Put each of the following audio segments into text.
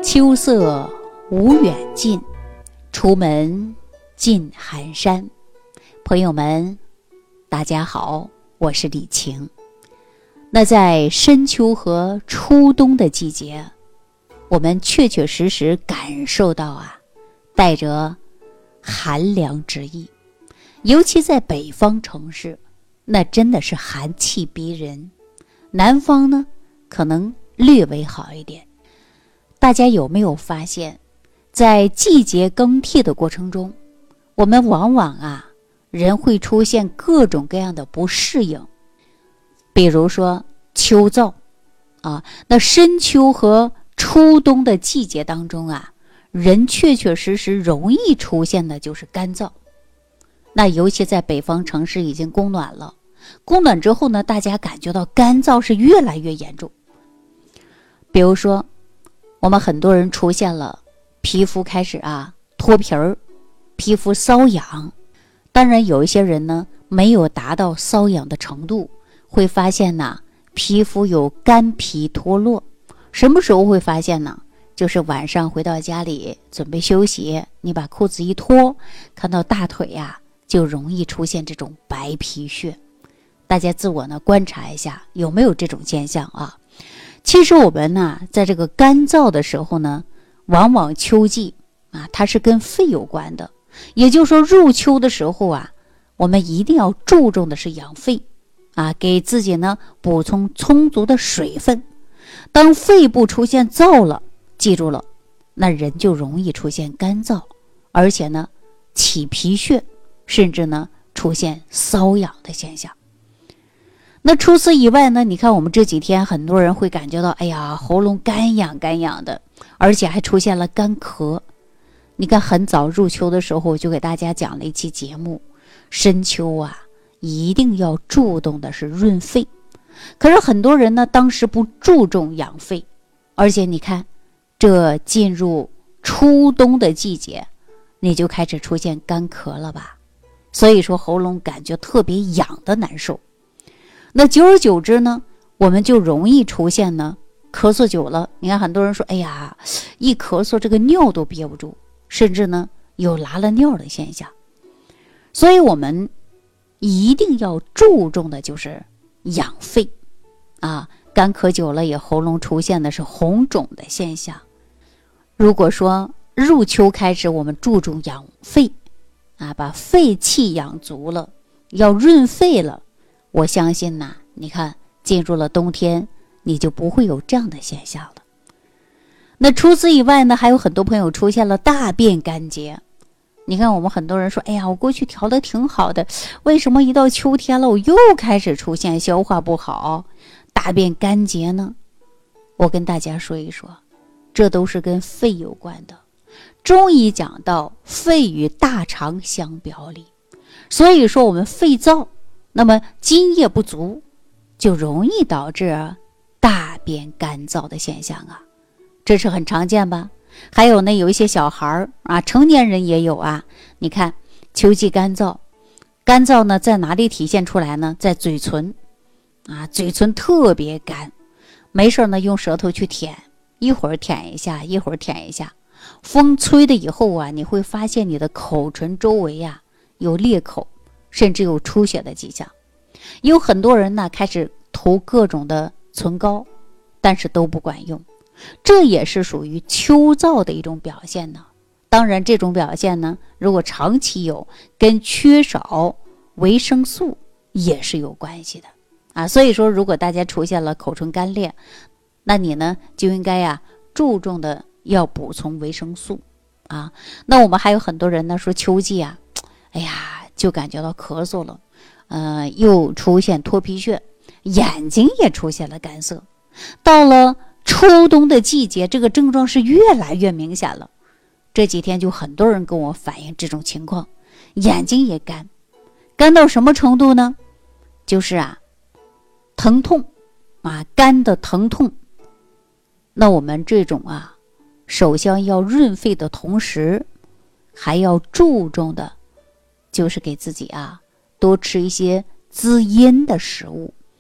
秋色无远近，出门尽寒山。朋友们大家好，我是李晴。那在深秋和初冬的季节，我们确确实实感受到带着寒凉之意，尤其在北方城市，那真的是寒气逼人。南方呢可能略微好一点。大家有没有发现，在季节更替的过程中，我们往往人会出现各种各样的不适应。比如说秋燥那深秋和初冬的季节当中人确确实实容易出现的就是干燥。那尤其在北方城市已经供暖了，供暖之后呢，大家感觉到干燥是越来越严重。比如说我们很多人出现了皮肤开始脱皮儿，皮肤瘙痒。当然有一些人呢没有达到瘙痒的程度，会发现皮肤有干皮脱落。什么时候会发现呢？就是晚上回到家里准备休息，你把裤子一脱，看到大腿就容易出现这种白皮屑。大家自我观察一下有没有这种现象其实我们在这个干燥的时候呢，往往秋季它是跟肺有关的。也就是说入秋的时候我们一定要注重的是养肺给自己呢补充充足的水分。当肺部出现燥了，记住了，那人就容易出现干燥，而且呢起皮屑，甚至呢出现瘙痒的现象。那除此以外呢，你看我们这几天很多人会感觉到喉咙干痒干痒的，而且还出现了干咳。你看很早入秋的时候我就给大家讲了一期节目，深秋一定要注重的是润肺。可是很多人呢当时不注重养肺，而且你看这进入初冬的季节，你就开始出现干咳了吧。所以说喉咙感觉特别痒的难受。那久而久之呢，我们就容易出现呢咳嗽久了，你看很多人说一咳嗽这个尿都憋不住，甚至呢有拉了尿的现象。所以我们一定要注重的就是养肺干咳久了也喉咙出现的是红肿的现象。如果说入秋开始我们注重养肺把肺气养足了，要润肺了，我相信你看进入了冬天你就不会有这样的现象了。那除此以外呢，还有很多朋友出现了大便干结。你看我们很多人说我过去调得挺好的，为什么一到秋天了我又开始出现消化不好大便干结呢？我跟大家说一说，这都是跟肺有关的。中医讲到肺与大肠相表里，所以说我们肺燥，那么津液不足，就容易导致大便干燥的现象这是很常见吧。还有呢，有一些小孩成年人也有你看秋季干燥，干燥呢在哪里体现出来呢？在嘴唇嘴唇特别干，没事呢用舌头去舔，一会儿舔一下，一会儿舔一下。风吹的以后你会发现你的口唇周围有裂口，甚至有出血的迹象。有很多人开始涂各种的唇膏，但是都不管用，这也是属于秋燥的一种表现呢。当然这种表现呢，如果长期有，跟缺少维生素也是有关系的所以说如果大家出现了口唇干裂，那你呢就应该注重的要补充维生素那我们还有很多人呢说秋季就感觉到咳嗽了，又出现脱皮屑，眼睛也出现了干涩。到了初冬的季节，这个症状是越来越明显了。这几天就很多人跟我反映这种情况，眼睛也干，干到什么程度呢？就是疼痛干的疼痛。那我们这种首先要润肺的同时，还要注重的就是给自己多吃一些滋阴的食物。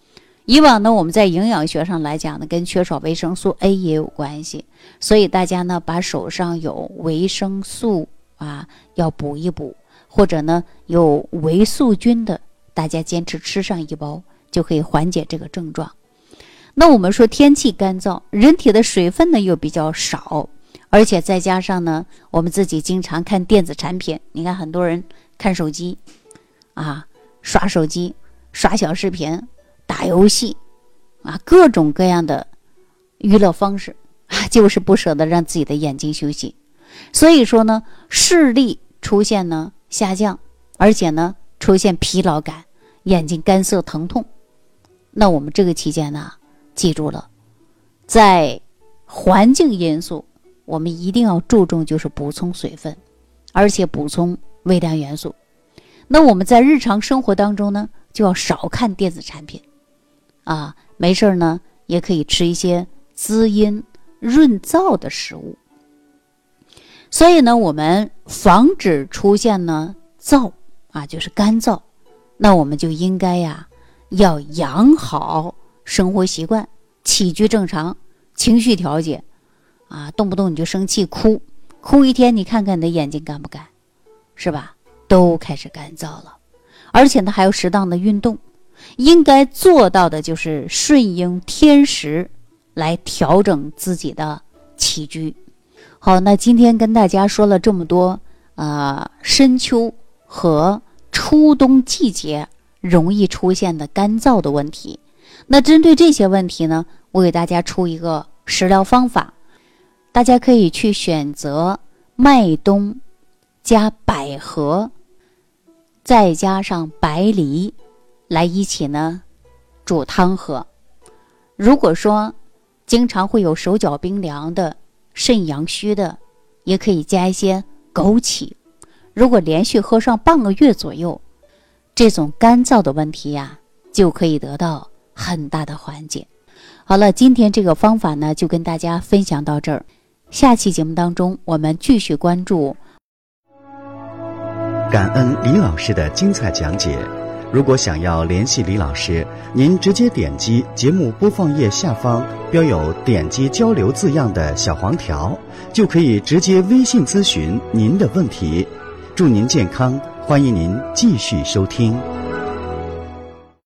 以往呢，我们在营养学上来讲呢，跟缺少维生素 A 也有关系，所以大家呢把手上有维生素要补一补，或者呢有维素菌的，大家坚持吃上1包就可以缓解这个症状。那我们说天气干燥，人体的水分呢又比较少，而且再加上呢我们自己经常看电子产品，你看很多人看手机刷手机、刷小视频、打游戏各种各样的娱乐方式就是不舍得让自己的眼睛休息。所以说呢，视力出现呢下降，而且呢出现疲劳感，眼睛干涩疼痛。那我们这个期间呢，记住了，在环境因素我们一定要注重就是补充水分，而且补充微量元素。那我们在日常生活当中呢，就要少看电子产品没事呢也可以吃一些滋阴润燥的食物。所以呢，我们防止出现呢燥就是干燥，那我们就应该要养好生活习惯，起居正常，情绪调节动不动你就生气哭一天，你看看你的眼睛干不干，是吧？都开始干燥了。而且呢还有适当的运动，应该做到的就是顺应天时来调整自己的起居。好，那今天跟大家说了这么多深秋和初冬季节容易出现的干燥的问题。那针对这些问题呢，我给大家出一个食疗方法，大家可以去选择麦冬加百合再加上白梨来一起呢煮汤喝。如果说经常会有手脚冰凉的、肾阳虚的，也可以加一些枸杞。如果连续喝上半个月左右，这种干燥的问题就可以得到很大的缓解。好了，今天这个方法呢就跟大家分享到这儿，下期节目当中我们继续关注。 感恩李老师的精彩讲解。如果想要联系李老师，您直接点击节目播放页下方标有点击交流字样的小黄条，就可以直接微信咨询您的问题。祝您健康，欢迎您继续收听。